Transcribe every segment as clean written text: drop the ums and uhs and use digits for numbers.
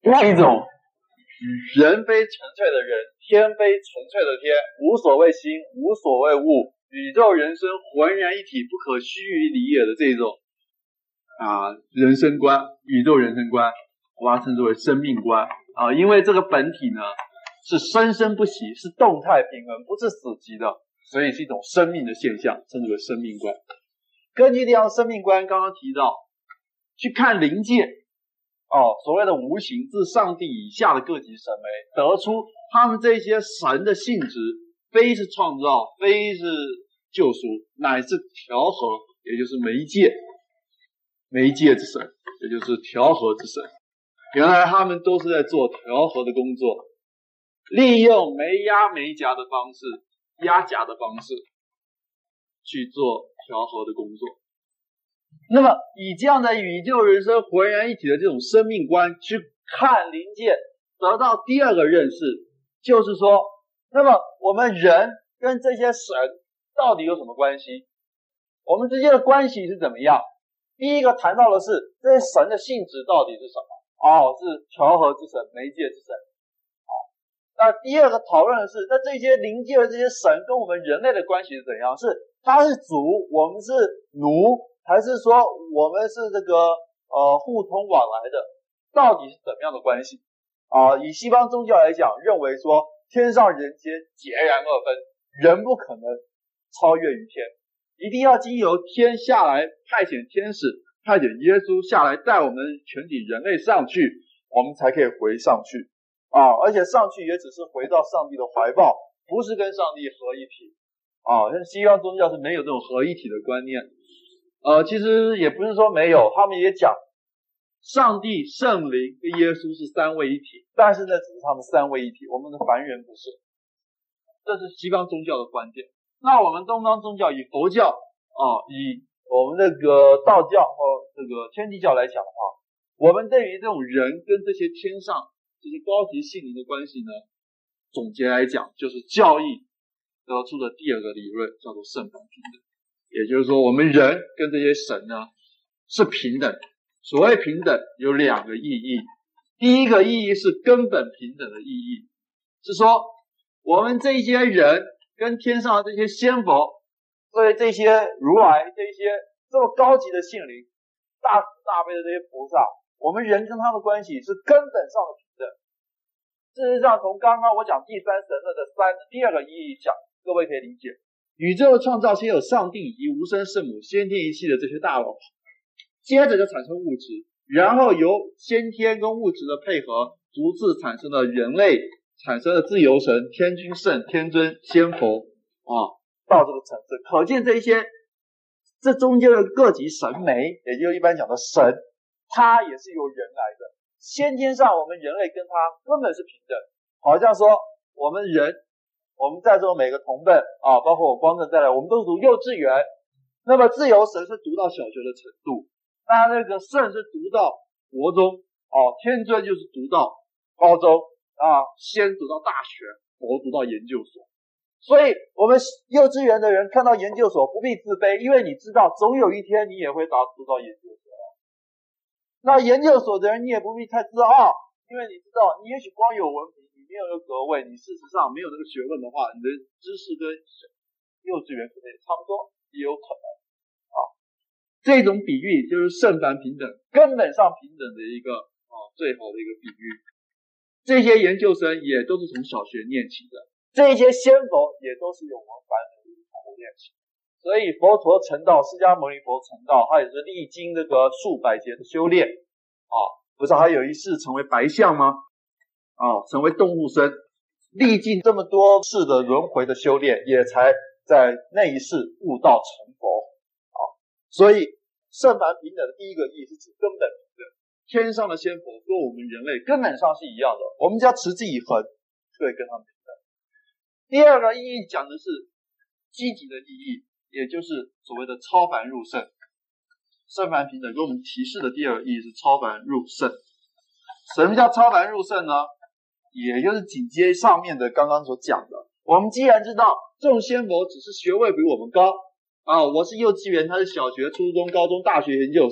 那一种人非纯粹的人，天非纯粹的天，无所谓心，无所谓物，宇宙人生浑然一体，不可须臾离也的这种人生观，宇宙人生观，我把它称之为生命观因为这个本体呢是生生不息，是动态平衡，不是死寂的，所以是一种生命的现象，称之为生命观。根据这样的生命观，刚刚提到去看灵界所谓的无形，自上帝以下的各级神媒，得出他们这些神的性质非是创造，非是救赎，乃是调和，也就是媒介之神，也就是调和之神。原来他们都是在做调和的工作，利用没压没夹的方式，压夹的方式去做调和的工作。那么以这样的宇宙人生浑然一体的这种生命观去看灵界，得到第二个认识，就是说，那么我们人跟这些神到底有什么关系？我们之间的关系是怎么样？第一个谈到的是这些神的性质到底是什么？是调和之神，媒介之神。那第二个讨论的是，那这些灵界的这些神跟我们人类的关系是怎样？是他是主，我们是奴，还是说我们是这个互通往来的？到底是怎么样的关系？以西方宗教来讲，认为说天上人间截然二分，人不可能超越于天，一定要经由天下来派遣天使，派遣耶稣下来带我们全体人类上去，我们才可以回上去而且上去也只是回到上帝的怀抱，不是跟上帝合一体像西方宗教是没有这种合一体的观念。其实也不是说没有，他们也讲上帝、圣灵跟耶稣是三位一体，但是呢只是他们三位一体，我们的凡人不是。这是西方宗教的观点。那我们东方宗教以佛教以我们这个道教这个天地教来讲的话，我们对于这种人跟这些天上这些高级性灵的关系呢，总结来讲就是教义得出的第二个理论，叫做圣凡平等。也就是说，我们人跟这些神呢是平等。所谓平等有两个意义，第一个意义是根本平等的意义，是说我们这些人跟天上的这些仙佛，所以这些如来，这些这么高级的性灵，大慈大悲的这些菩萨，我们人跟他们的关系是根本上的平等。事实上，从刚刚我讲第三神论的第二个意义讲，各位可以理解，宇宙的创造先有上帝以及无生圣母先天一系的这些大佬，接着就产生物质，然后由先天跟物质的配合，逐次产生了人类，产生了自由神、天君圣、天尊、仙佛到这个层次。可见这中间的各级神媒，也就是一般讲的神，它也是由人来的。先天上我们人类跟他根本是平等，好像说我们在座每个同辈包括我光正在内，我们都是读幼稚园，那么自由神是读到小学的程度，那个圣是读到国中天尊就是读到高中仙读到大学，佛读到研究所。所以我们幼稚园的人看到研究所不必自卑，因为你知道总有一天你也会读到研究所。那研究所的人你也不必太自傲，因为你知道你也许光有文凭，你没有那个格位，你事实上没有那个学问的话，你的知识跟幼稚园可能也差不多，也有可能这种比喻就是圣凡平等，根本上平等的一个最好的一个比喻。这些研究生也都是从小学念起的，这些仙佛也都是由我们凡人练起。所以佛陀成道，释迦牟尼佛成道，他也是历经这个数百劫的修炼不是还有一世成为白象吗？成为动物身，历尽这么多世的轮回的修炼，也才在那一世悟道成佛所以圣凡平等的第一个意义是指根本平等，天上的仙佛跟我们人类根本上是一样的，我们只要持之以恒，就会跟他们平等。第二个意义讲的是积极的意义，也就是所谓的超凡入圣。圣凡平等给我们提示的第二个意义是超凡入圣。什么叫超凡入圣呢？也就是紧接上面的刚刚所讲的，我们既然知道众仙佛只是学位比我们高我是幼稚园，他是小学、初中、高中、大学、研究所，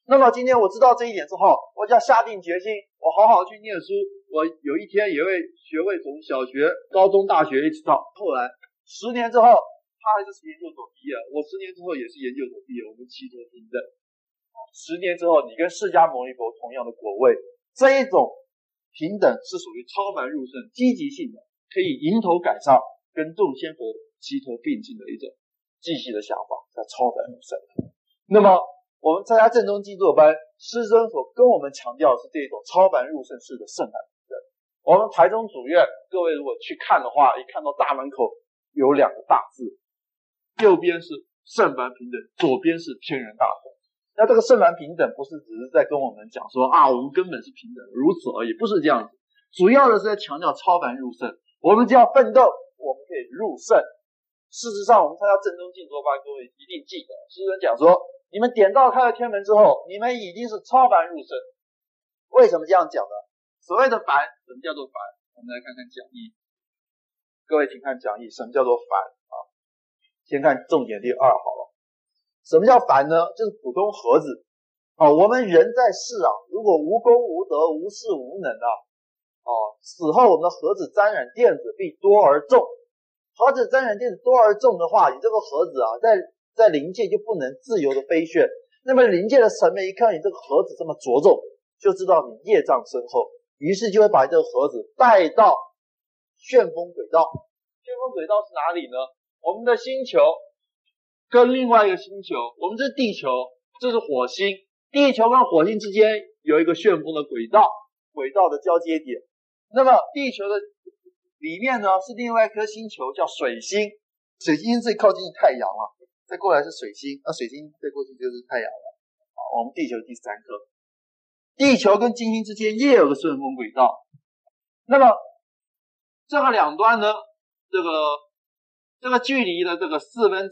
那么今天我知道这一点之后，我就要下定决心，我好好去念书。我有一天也会学会从小学、高中、大学一直到后来10年之后，他还是研究所毕业，我10年之后也是研究所毕业，我们齐头平等。10年之后，你跟释迦牟尼佛同样的果位，这一种平等是属于超凡入圣、积极性的，可以迎头赶上，跟众仙佛齐头并进的一种积极的想法，叫超凡入圣。那么我们参加正宗基座班，师尊所跟我们强调的是这种超凡入圣式的圣凡平等。我们台中主院，各位如果去看的话，一看到大门口有2个大字，右边是圣凡平等，左边是天人大同。那这个圣凡平等不是只是在跟我们讲说我们根本是平等，如此而已，不是这样子。主要的是在强调超凡入圣，我们只要奋斗，我们可以入圣。事实上，我们参加正宗静坐班，各位一定记得，师尊讲说，你们点到开了天门之后，你们已经是超凡入圣。为什么这样讲呢？所谓的凡，什么叫做凡？我们来看看讲义。各位请看讲义，什么叫做凡啊？先看重点第2好了。什么叫凡呢？就是普通盒子。我们人在世如果无功无德、无事无能死后我们的盒子沾染垫子必多而重。盒子沾染垫子多而重的话，你这个盒子在灵界就不能自由的飞旋。那么灵界的神明一看你这个盒子这么着重，就知道你业障深厚，于是就会把这个盒子带到旋风轨道。旋风轨道是哪里呢？我们的星球跟另外一个星球，我们这是地球，这是火星，地球跟火星之间有一个旋风的轨道，轨道的交接点。那么地球的里面呢是另外一颗星球叫水星，水星最靠近太阳再过来是水星，水星再过去就是太阳了。我们地球第3颗，地球跟金星之间也有个顺风轨道。那么这个两端呢，这个距离的这个3/4，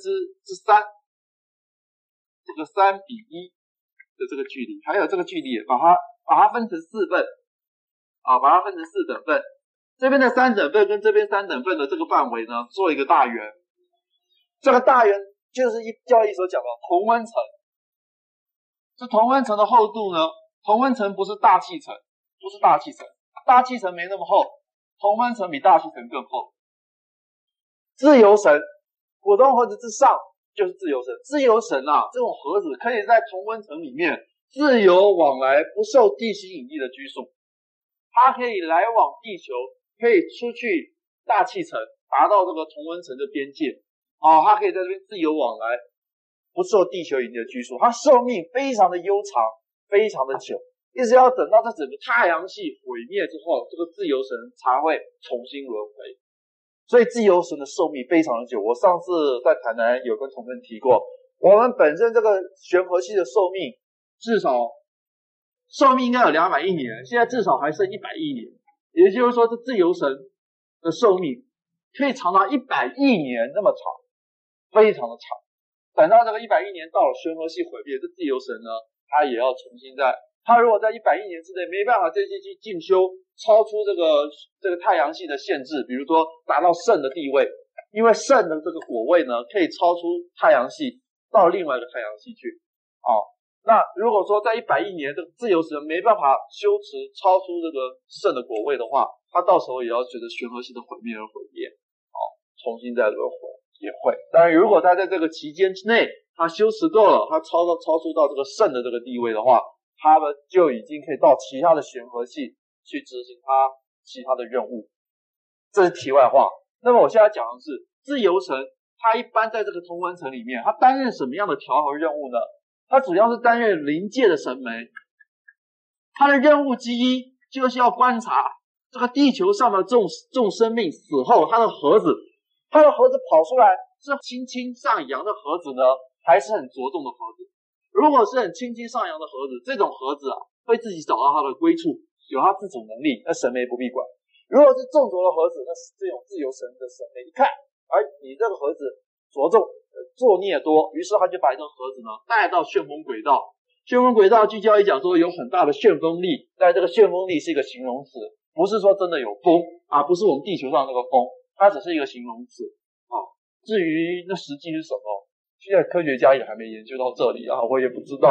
这个3比1的这个距离，还有这个距离把它分成4份把它分成4等份。这边的3等份跟这边3等份的这个范围呢，做一个大圆。这个大圆就是教义所讲的同温层。这同温层的厚度呢，同温层不是大气层，大气层没那么厚，同温层比大气层更厚。自由神，普通盒子之上就是自由神。自由神这种盒子可以在同温层里面自由往来，不受地心引力的拘束。它可以来往地球，可以出去大气层，达到这个同温层的边界。它可以在这边自由往来，不受地球引力的拘束。它寿命非常的悠长，非常的久，一直要等到这整个太阳系毁灭之后，这个自由神才会重新轮回。所以自由神的寿命非常的久。我上次在台南有跟同学提过，我们本身这个玄合系的寿命至少寿命应该有210年，现在至少还剩110年。也就是说，这自由神的寿命可以长达100亿年那么长，非常的长。等到这个110年到了，玄合系毁灭，这自由神呢，他也要重新他如果在110亿年之内没办法这些去进修，超出这个太阳系的限制，比如说达到圣的地位，因为圣的这个果位呢，可以超出太阳系到另外一个太阳系去。那如果说在100亿年这个自由神没办法修持超出这个圣的果位的话，他到时候也要随着玄合系的毁灭而毁灭，重新再轮回也会。当然如果他在这个期间之内他修持够了，他超出到这个圣的这个地位的话，他们就已经可以到其他的玄合系去执行他其他的任务。这是题外话。那么我现在讲的是自由神，他一般在这个同温层里面，他担任什么样的调和任务呢？他主要是担任灵界的神媒。他的任务之一就是要观察这个地球上的众生命死后，他的盒子跑出来是轻轻上扬的盒子呢，还是很着重的盒子？如果是很轻轻上扬的盒子，这种盒子会自己找到它的归处，有它自主能力，那神媒不必管。如果是重着的盒子，那是这种自由神的神媒一看，你这个盒子着重作孽多，于是他就把这个盒子呢带到旋风轨道。旋风轨道据教义讲说有很大的旋风力，但这个旋风力是一个形容词，不是说真的有风不是我们地球上那个风，它只是一个形容词至于那实际是什么，现在科学家也还没研究到这里我也不知道。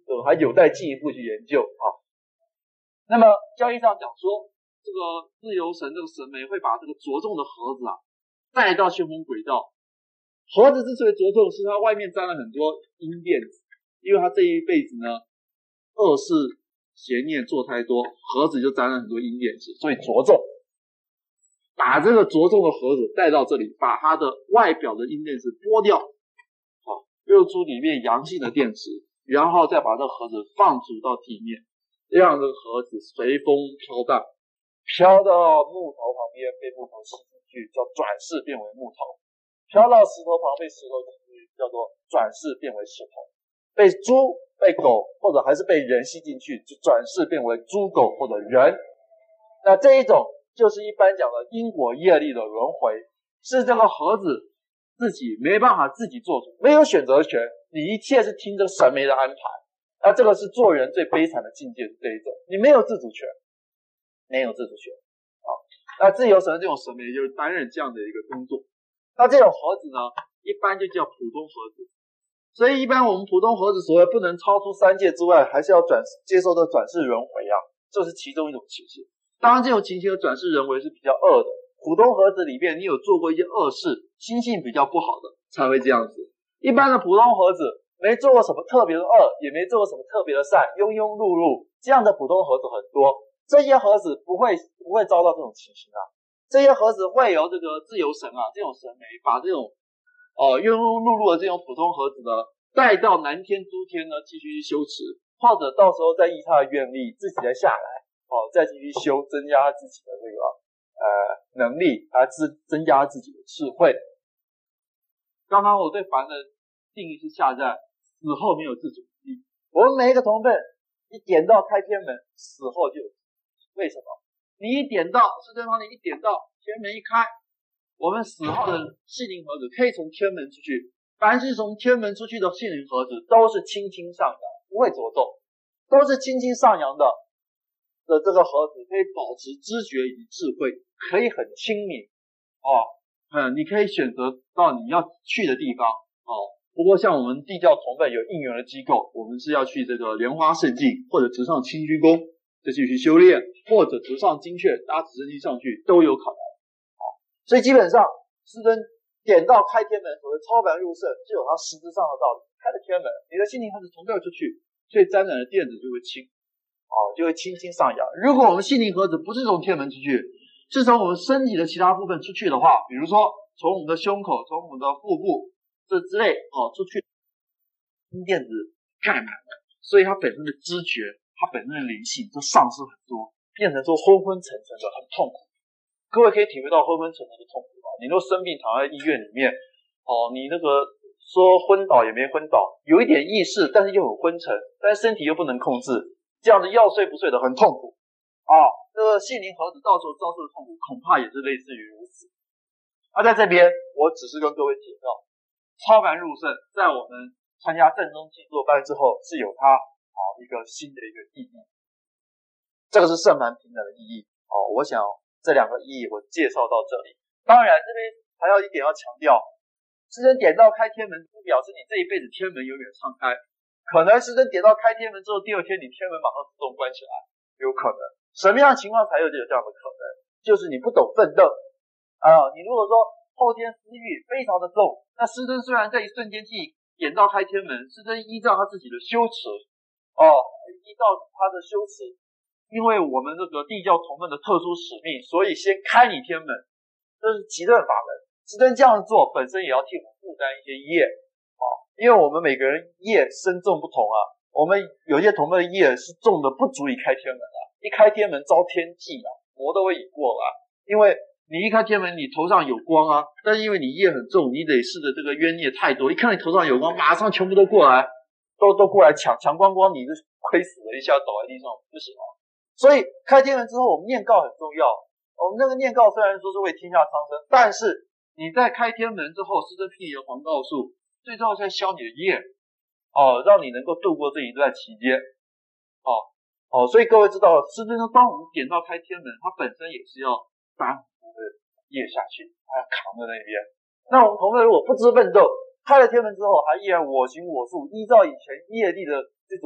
对吧？还有待进一步去研究啊。那么教义上讲说，这个自由神这个神媒会把这个着重的盒子啊带到旋风轨道。盒子之所以着重，是它外面沾了很多阴电子，因为它这一辈子呢恶事邪念做太多，盒子就沾了很多阴电子，所以着重把这个着重的盒子带到这里，把它的外表的阴电子剥掉，lưu出里面阳性的电池，然后再把这个盒子放逐到地面，让这个盒子随风飘荡，飘到木头旁边被木头吸进去，叫转世变为木头；飘到石头旁被石头吸进去，叫做转世变为石头；被猪、被狗或者还是被人吸进去，就转世变为猪、狗或者人。那这一种就是一般讲的因果业力的轮回，是这个盒子自己没办法自己做主，没有选择权，你一切是听着神媒的安排。那这个是做人最悲惨的境界，这一种你没有自主权，没有自主权啊。那自由神的这种神媒就是担任这样的一个工作。那这种盒子呢，一般就叫普通盒子。所以一般我们普通盒子所谓不能超出三界之外，还是要接受的转世轮回啊，这是其中一种情形。当然这种情形的转世轮回是比较恶的，普通盒子里面你有做过一些恶事，心性比较不好的才会这样子。一般的普通盒子没做过什么特别的恶，也没做过什么特别的善，庸庸碌碌，这样的普通盒子很多。这些盒子不会遭到这种情形啊。这些盒子会由这个自由神啊，这种神媒把这种庸庸碌碌的这种普通盒子呢带到南天诸天呢继续修持，或者到时候再依他的愿力自己再下来再继续修，增加自己的这个能力，增加自己的智慧。刚刚我对凡的定义是下在死后没有自主力。我们每一个同分一点到开天门，死后就有。为什么？你一点到是对方，你一点到天门一开，我们死后的心灵盒子可以从天门出去。凡是从天门出去的心灵盒子都是轻轻上扬，不会着重，都是轻轻上扬的这个盒子可以保持知觉与智慧，可以很清明你可以选择到你要去的地方不过像我们地教同辈有应援的机构，我们是要去这个莲花圣境或者直上清虚宫就继续修炼，或者直上精确搭直升机上去都有可能所以基本上师尊点到开天门，所谓超凡入圣就有它实质上的道理。开了天门，你的心灵盒子从这儿出去，所以沾染的电子就会轻就会轻轻上扬。如果我们心灵盒子不是从天门出去，是从我们身体的其他部分出去的话，比如说从我们的胸口，从我们的腹部这之类出去，电子盖满了，所以它本身的知觉，它本身的灵性就丧失很多，变成说昏昏沉沉的，很痛苦。各位可以体会到昏昏沉沉的痛苦吧？你若生病躺在医院里面你那个说昏倒也没昏倒，有一点意识，但是又很昏沉，但是身体又不能控制，这样子要睡不睡的很痛苦这个心灵盒子到时候遭受的痛苦恐怕也是类似于如此。在这边我只是跟各位提到，超凡入圣在我们参加正宗静坐班之后是有它一个新的一个意义，这个是圣凡平等的意义我想这两个意义我介绍到这里。当然这边还有一点要强调，师尊点到开天门不表示你这一辈子天门永远敞开，可能师尊点到开天门之后第二天你天门马上自动关起来，有可能。什么样的情况才有这样的可能？就是你不懂奋斗你如果说后天私欲非常的重，那师尊虽然在一瞬间替点到开天门，师尊依照他自己的修持依照他的修持，因为我们这个地教同门的特殊使命，所以先开你天门，这是极任法门。师尊这样做本身也要替我们负担一些业因为我们每个人业深重不同我们有些同门的业是重的不足以开天门一开天门遭天忌魔都会引过因为你一开天门你头上有光但是因为你业很重，你累世的这个冤孽太多，一看你头上有光马上全部都过来都过来抢光光，你就亏死了，一下倒在地上不行所以开天门之后我们念告很重要，我们那个念告虽然说是为天下苍生，但是你在开天门之后，师尊辟你的黄告术，最重要是在消你的业让你能够度过这一段期间所以各位知道师尊当我们点到开天门，它本身也是要担很多的业下去，还要扛在那边。那我们同学如果不知奋斗，开了天门之后还依然我行我素，依照以前业力的这种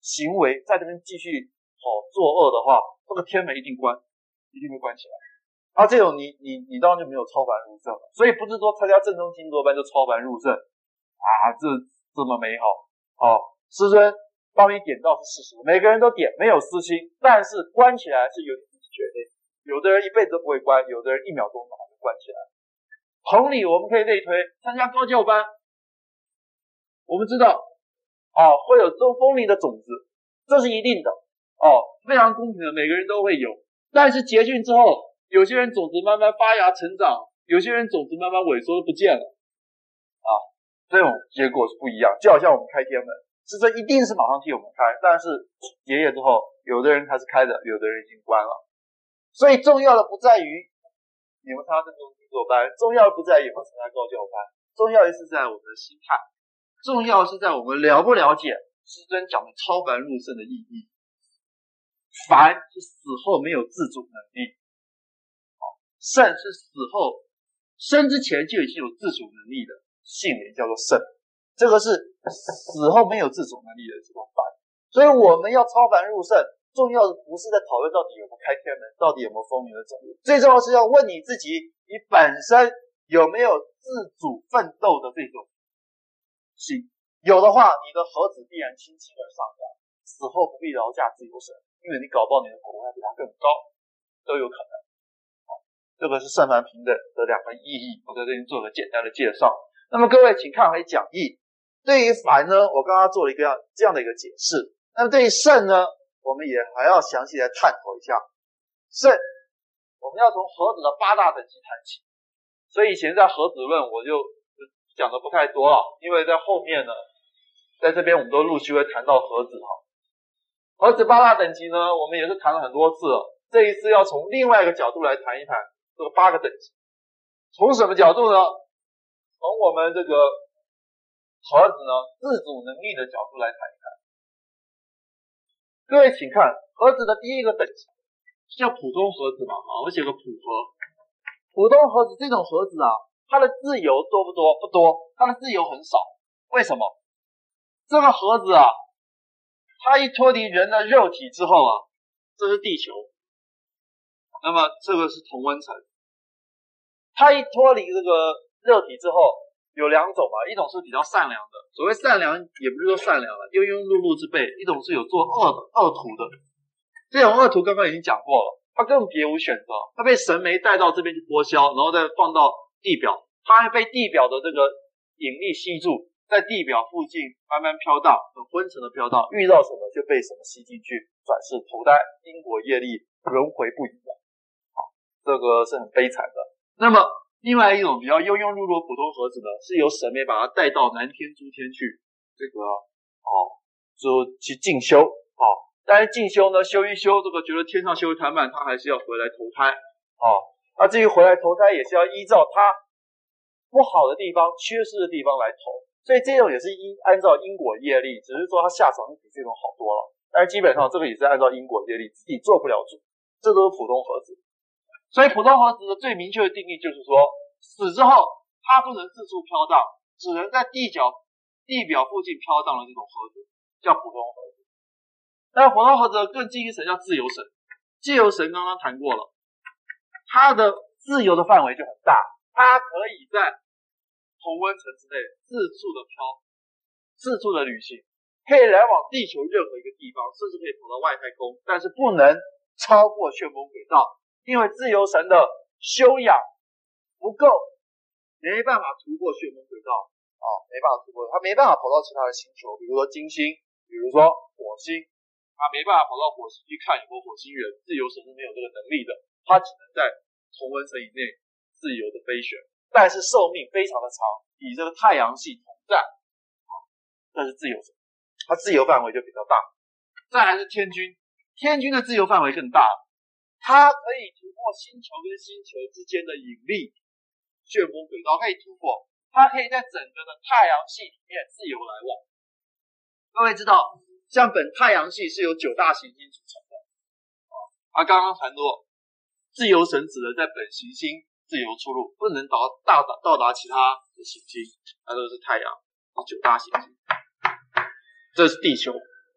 行为在这边继续作恶的话，这个天门一定会关起来。这种你当然就没有超凡入圣了。所以不是说参加正宗静坐班就超凡入圣这么美好。师尊帮你点到是事实，每个人都点，没有私心，但是关起来是由你自己决定。有的人一辈子都不会关，有的人1秒钟马上就关起来。同理，我们可以类推参加高教班，我们知道会有风铃的种子，这是一定的非常公平的，每个人都会有。但是结训之后，有些人种子慢慢发芽成长，有些人种子慢慢萎缩不见了这种结果是不一样。就好像我们开天门，师尊一定是马上替我们开，但是结业之后，有的人还是开的，有的人已经关了。所以重要的不在于你们参加正宗静坐班，重要的不在于你们参加高教班，重要的是在我们的心态，重要是在我们了不了解师尊讲的超凡入圣的意义。凡是死后没有自主能力，圣是死后生之前就已经有自主能力的性灵叫做圣，这个是死后没有自主能力的这种凡。所以我们要超凡入圣，重要的不是在讨论到底有没有开天门，到底有没有风云的种子，最重要是要问你自己，你本身有没有自主奋斗的这种心。有的话，你的盒子必然轻轻而上扬，死后不必劳驾自由神，因为你搞不好你的果位比他更高，都有可能。这个是圣凡平等的2个意义，我在这里做个简单的介绍。那么各位请看回讲义，对于凡呢，我刚刚做了一个这样的一个解释。那么对于圣呢，我们也还要详细来探讨一下。圣，我们要从盒子的8大等级谈起。所以以前在盒子论我就讲的不太多了，因为在后面呢，在这边我们都陆续会谈到盒子盒子8大等级呢，我们也是谈了很多次了。这一次要从另外一个角度来谈一谈这个8个等级。从什么角度呢？从我们这个盒子呢自主能力的角度来谈一谈。各位请看盒子的第一个等级叫普通盒子嘛，我写个普盒。普通盒子这种盒子它的自由多不多？不多，它的自由很少。为什么？这个盒子它一脱离人的肉体之后这是地球，那么这个是同温层。它一脱离这个肉体之后，有2种一种是比较善良的，所谓善良也不是说善良了，庸庸碌碌之辈；一种是有做恶徒的。这种恶徒刚刚已经讲过了，他根本别无选择，他被神媒带到这边去剥削，然后再放到地表，他还被地表的这个引力吸住，在地表附近慢慢飘荡，很昏沉的飘荡，遇到什么就被什么吸进去，转世投胎，因果业力轮回不已的。这个是很悲惨的。那么另外一种比较庸庸碌碌的普通盒子呢，是由神媒把他带到南天诸天去，这个就去进修但是进修呢，修一修，这个觉得天上修太慢，他还是要回来投胎至于回来投胎也是要依照他不好的地方、缺失的地方来投，所以这种也是按照因果业力，只是说他下场比这种好多了，但是基本上这个也是按照因果业力，自己做不了主，这都是普通盒子。所以普通盒子的最明确的定义就是说，死之后它不能四处飘荡，只能在地表附近飘荡的这种盒子叫普通盒子。那普通盒子的更近一层叫自由神。自由神刚刚谈过了，它的自由的范围就很大，它可以在同温层之内四处的飘，四处的旅行，可以来往地球任何一个地方，甚至可以跑到外太空，但是不能超过旋风轨道，因为自由神的修养不够，没办法突破旋风轨道没办法突破，他没办法跑到其他的星球，比如说金星，比如说火星，他没办法跑到火星去看有没有火星人，自由神是没有这个能力的，他只能在同温层以内自由的飞旋，但是寿命非常的长，与这个太阳系同在这是自由神，他自由范围就比较大。再来是天君，天君的自由范围更大，它可以突破星球跟星球之间的引力旋风轨道，可以突破，它可以在整个的太阳系里面自由来往。各位知道，像本太阳系是由9大行星组成的刚刚谈过，自由神指的在本行星自由出入，不能到达其他的行星，那都是太阳9大行星。这是地球，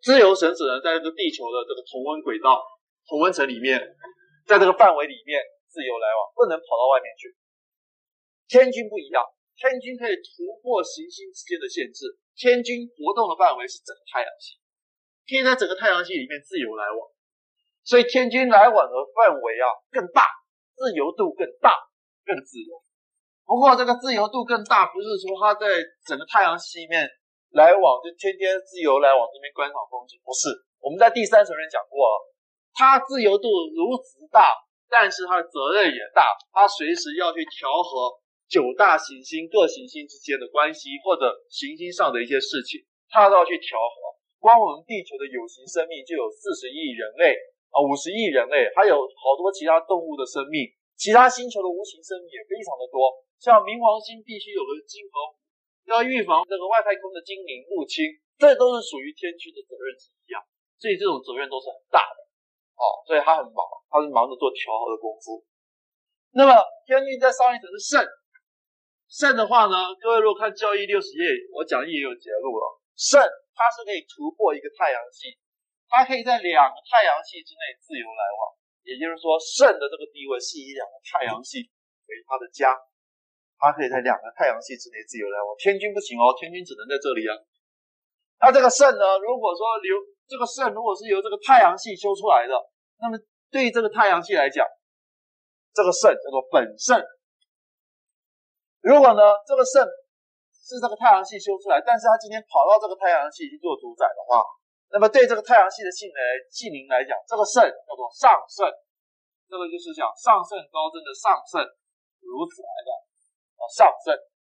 自由神只能在这个地球的这个同温轨道、同温层里面，在这个范围里面自由来往，不能跑到外面去。天君不一样，天君可以突破行星之间的限制，天君活动的范围是整个太阳系，可以在整个太阳系里面自由来往，所以天君来往的范围更大，自由度更大，更自由。不过这个自由度更大，不是说它在整个太阳系里面来往就天天自由来往这边观赏风景，不是。我们在第三层人讲过了，它自由度如此大，但是它的责任也大，它随时要去调和9大行星各行星之间的关系，或者行星上的一些事情，它都要去调和。光我们地球的有形生命就有40亿人类50亿人类，还有好多其他动物的生命，其他星球的无形生命也非常的多。像冥王星必须有个金河湖，要预防这个外太空的精灵入侵，这都是属于天君的责任之一所以这种责任都是很大的所以他很忙，他是忙着做调和的功夫。那么天君在上一层是肾，肾的话呢，各位如果看教义60页，我讲义也有揭露了，肾它是可以突破一个太阳系，它可以在2个太阳系之内自由来往，也就是说肾的这个地位是以2个太阳系为它的家，它可以在2个太阳系之内自由来往。天君不行天君只能在这里那这个肾呢，如果说这个肾如果是由这个太阳系修出来的，那么对于这个太阳系来讲，这个肾叫做本肾。如果呢这个肾是这个太阳系修出来，但是它今天跑到这个太阳系去做主宰的话，那么对这个太阳系的性灵来讲，这个肾叫做上肾，这个就是讲上肾高真的上肾，如此来的上肾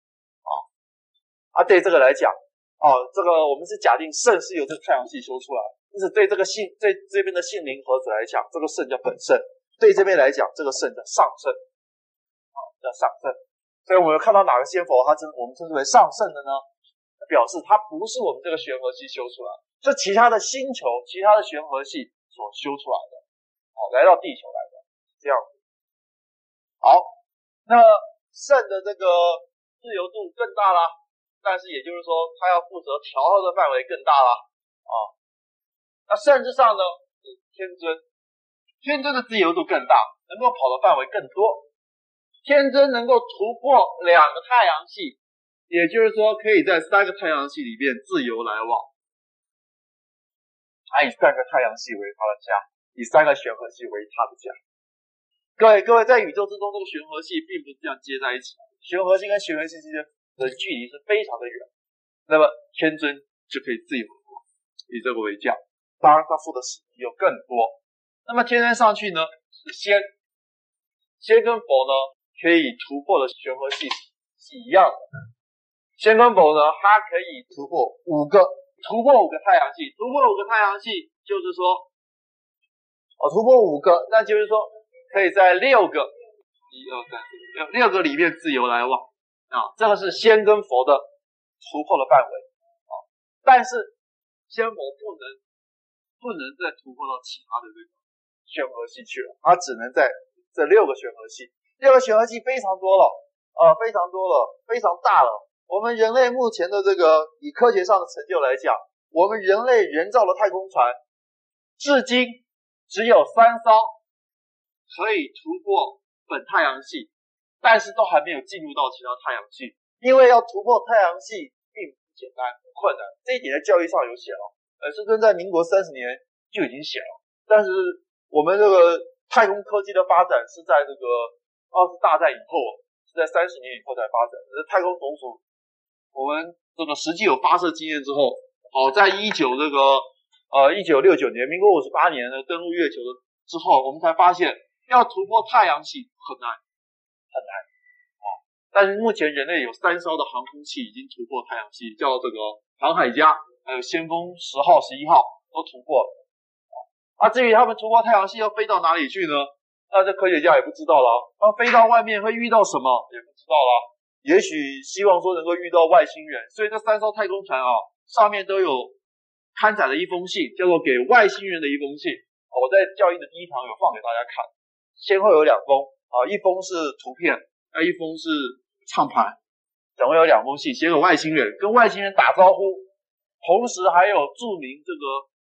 对这个来讲这个我们是假定肾是由这个太阳系修出来，因此对这个对这边的性灵盒子来讲，这个肾叫本肾，对这边来讲，这个肾叫上肾叫上肾。所以我们有看到哪个仙佛我们称之为上肾的呢，表示它不是我们这个玄合系修出来，是其他的星球其他的玄合系所修出来的来到地球来的，这样子。好，那肾的这个自由度更大啦，但是也就是说它要负责调和的范围更大啦那甚至上呢是天尊，天尊的自由度更大，能够跑的范围更多，天尊能够突破2个太阳系，也就是说可以在3个太阳系里面自由来往，以3个太阳系为他的家，以3个玄合系为他的家。各位在宇宙之中，这个玄合系并不是这样接在一起，玄合系跟玄合系之间的距离是非常的远，那么天尊就可以自由以这个为家，当然他负的使命又更多。那么天尊上去呢是仙跟佛呢可以突破的玄合系是一样的，仙跟佛呢它可以突破5个太阳系，突破5个太阳系就是说突破5个，那就是说可以在6个6个里面自由来往这个是仙跟佛的突破的范围但是仙佛不能再突破到其他的这个玄合系去了，它只能在这6个玄合系，6个玄合系非常多了非常多了，非常大了。我们人类目前的这个以科学上的成就来讲，我们人类人造的太空船至今只有3艘可以突破本太阳系，但是都还没有进入到其他太阳系，因为要突破太阳系并不简单，很困难，这一点在教育上有写了师尊在民国30年就已经写了，但是我们这个太空科技的发展是在这个20大战以后，是在30年以后才发展。太空总署我们这个实际有发射经验之后在1969年民国58年的登陆月球之后，我们才发现要突破太阳系很难但是目前人类有3艘的航空器已经突破太阳系，叫这个航海家还有先锋10号11号都突破了至于他们突破太阳系要飞到哪里去呢，那这科学家也不知道了他们飞到外面会遇到什么也不知道了，也许希望说能够遇到外星人，所以这3艘太空船上面都有刊载了一封信，叫做给外星人的一封信我在教义的第1堂有放给大家看，先后有2封一封是图片一封是唱盘，总共有2封信写给外星人，跟外星人打招呼，同时还有注明这个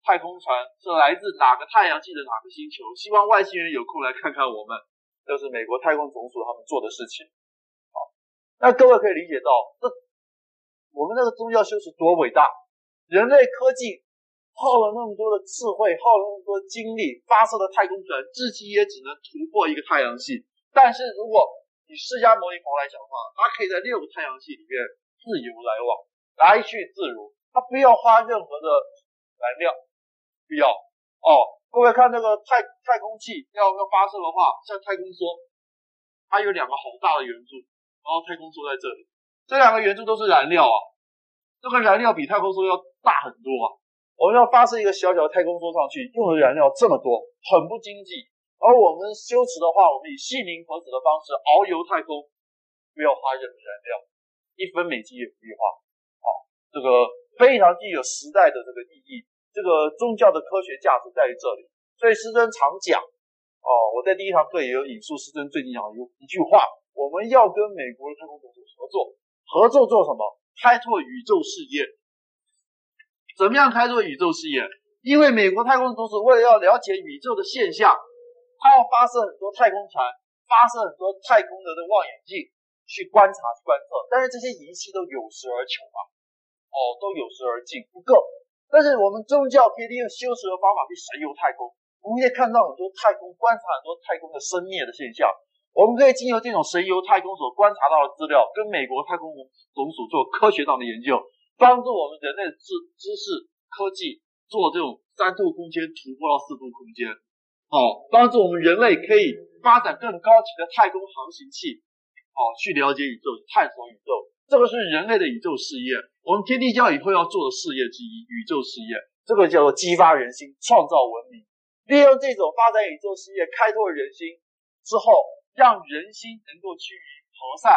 太空船是来自哪个太阳系的哪个星球，希望外星人有空来看看我们。这是美国太空总署他们做的事情。好，那各位可以理解到，我们那个宗教修持多伟大，人类科技耗了那么多的智慧，耗了那么多的精力，发射的太空船至今也只能突破一个太阳系。但是如果以释迦牟尼佛来讲的话，它可以在6个太阳系里面自由来往，来去自如，它不要花任何的燃料，不要各位看那个太空器要发射的话，像太空梭，它有2个好大的圆柱，然后太空梭在这里，这2个圆柱都是燃料啊，这个燃料比太空梭要大很多啊。我们要发射一个小小的太空梭上去，用的燃料这么多，很不经济。而我们修持的话，我们以性灵合子的方式遨游太空，不要花任何燃料，1分美金也不必花。这个非常具有时代的这个意义，这个宗教的科学价值在于这里。所以师尊常讲我在第1堂课也有引述师尊最近讲的一句话，我们要跟美国的太空总署合作做什么？开拓宇宙视野。怎么样开拓宇宙视野？因为美国太空总署为了要了解宇宙的现象，它要发射很多太空船，发射很多太空的望远镜去观察去观测，但是这些仪器都有时而穷都有时而尽，不够。但是我们宗教可以利用修持的方法去神游太空，我们可以看到很多太空，观察很多太空的生灭的现象。我们可以经由这种神游太空所观察到的资料，跟美国太空总署做科学上的研究，帮助我们人类的知识科技做这种3度空间突破到4度空间，帮助我们人类可以发展更高级的太空航行器，去了解宇宙，探索宇宙。这个是人类的宇宙事业，我们天地教以后要做的事业之一，宇宙事业。这个叫做激发人心，创造文明。利用这种发展宇宙事业，开拓人心之后，让人心能够趋于和善，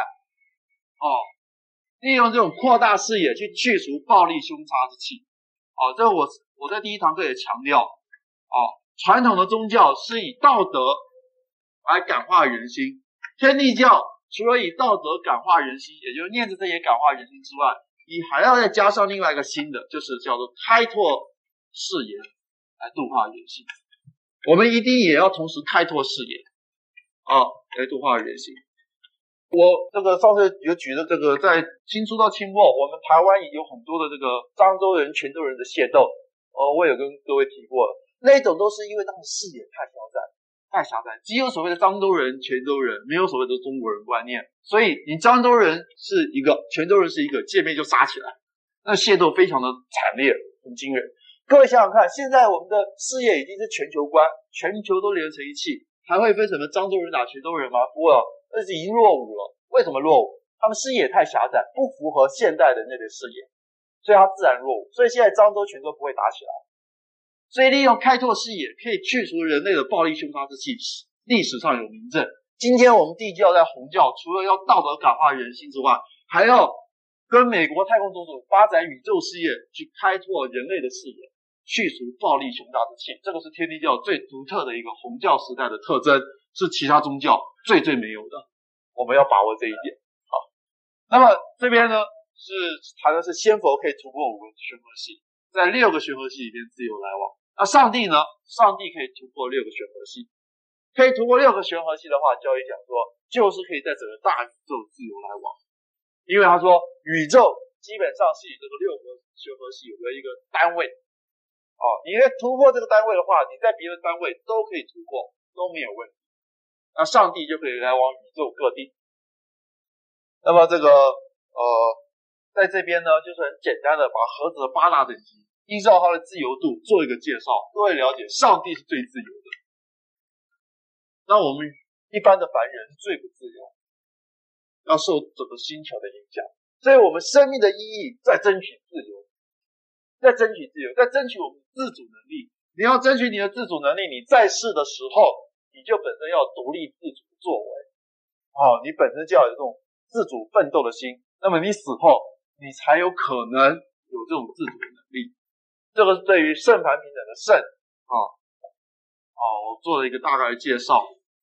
利用这种扩大视野去去除暴力凶杀之气。这个我在第1堂课也强调，传统的宗教是以道德来感化人心，天地教除了以道德感化人心，也就是念着这些感化人心之外，你还要再加上另外一个新的，就是叫做开拓视野来度化人心。我们一定也要同时开拓视野来度化人心。我这个上次有举的这个，在清初到清末，我们台湾也有很多的这个漳州人、泉州人的械斗，我有跟各位提过了，那一种都是因为他们视野太狭窄，只有所谓的漳州人、泉州人，没有所谓的中国人观念，所以你漳州人是一个，泉州人是一个，见面就杀起来，那械斗非常的惨烈，很惊人。各位想想看，现在我们的视野已经是全球观，全球都连成一气，还会分什么漳州人打泉州人吗？不会，那是已经落伍了。为什么落伍？他们视野太狭窄，不符合现代的那个视野，所以它自然落伍。所以现在漳州、泉州不会打起来。所以利用开拓视野，可以去除人类的暴力凶杀之气，历史上有明证。今天我们地教在弘教，除了要道德感化人心之外，还要跟美国太空总署发展宇宙事业，去开拓人类的视野，去除暴力凶杀之气。这个是天地教最独特的一个弘教时代的特征，是其他宗教最没有的。我们要把握这一点。好，那么这边呢是谈的是仙佛可以突破5个玄合系，在6个玄合系里面自由来往。那上帝呢？上帝可以突破6个玄合系，可以突破6个玄合系的话，教义讲说就是可以在整个大宇宙自由来往。因为他说宇宙基本上是以这个6个玄合系为一个单位，你要突破这个单位的话，你在别的单位都可以突破，都没有问题。那上帝就可以来往宇宙各地。那么这个在这边呢，就是很简单的把盒子的8大等级依照它的自由度做一个介绍，各位了解上帝是最自由的，那我们一般的凡人最不自由，要受整个星球的影响。所以我们生命的意义在争取自由，在争取我们自主能力。你要争取你的自主能力，你在世的时候你就本身要独立自主作为，你本身就要有这种自主奋斗的心，那么你死后你才有可能有这种自主的能力。这个是对于圣凡平等的圣我做了一个大概的介绍。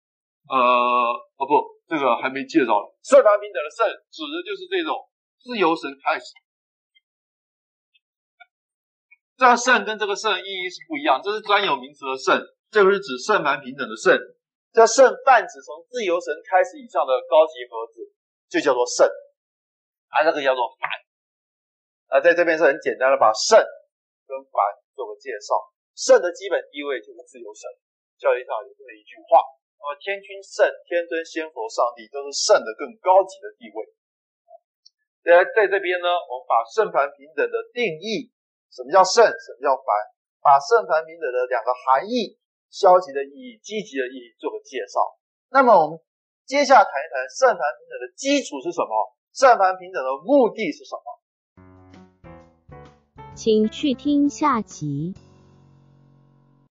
这个还没介绍。圣凡平等的圣指的就是这种自由神开始，这这个圣跟这个圣意义是不一样，这是专有名词的圣，这个是指圣凡平等的圣。这圣泛指从自由神开始以上的高级盒子，就叫做圣，这个叫做凡。在这边是很简单的把圣跟凡做个介绍。圣的基本地位就是自由神，教义上有这么一句话。那么天君圣、天尊、仙佛、上帝都是圣的更高级的地位。在这边呢，我们把圣凡平等的定义，什么叫圣，什么叫凡，把圣凡平等的两个含义，消极的意义、积极的意义做个介绍。那么我们接下来谈一谈圣凡平等的基础是什么，圣凡平等的目的是什么。 请去听下集。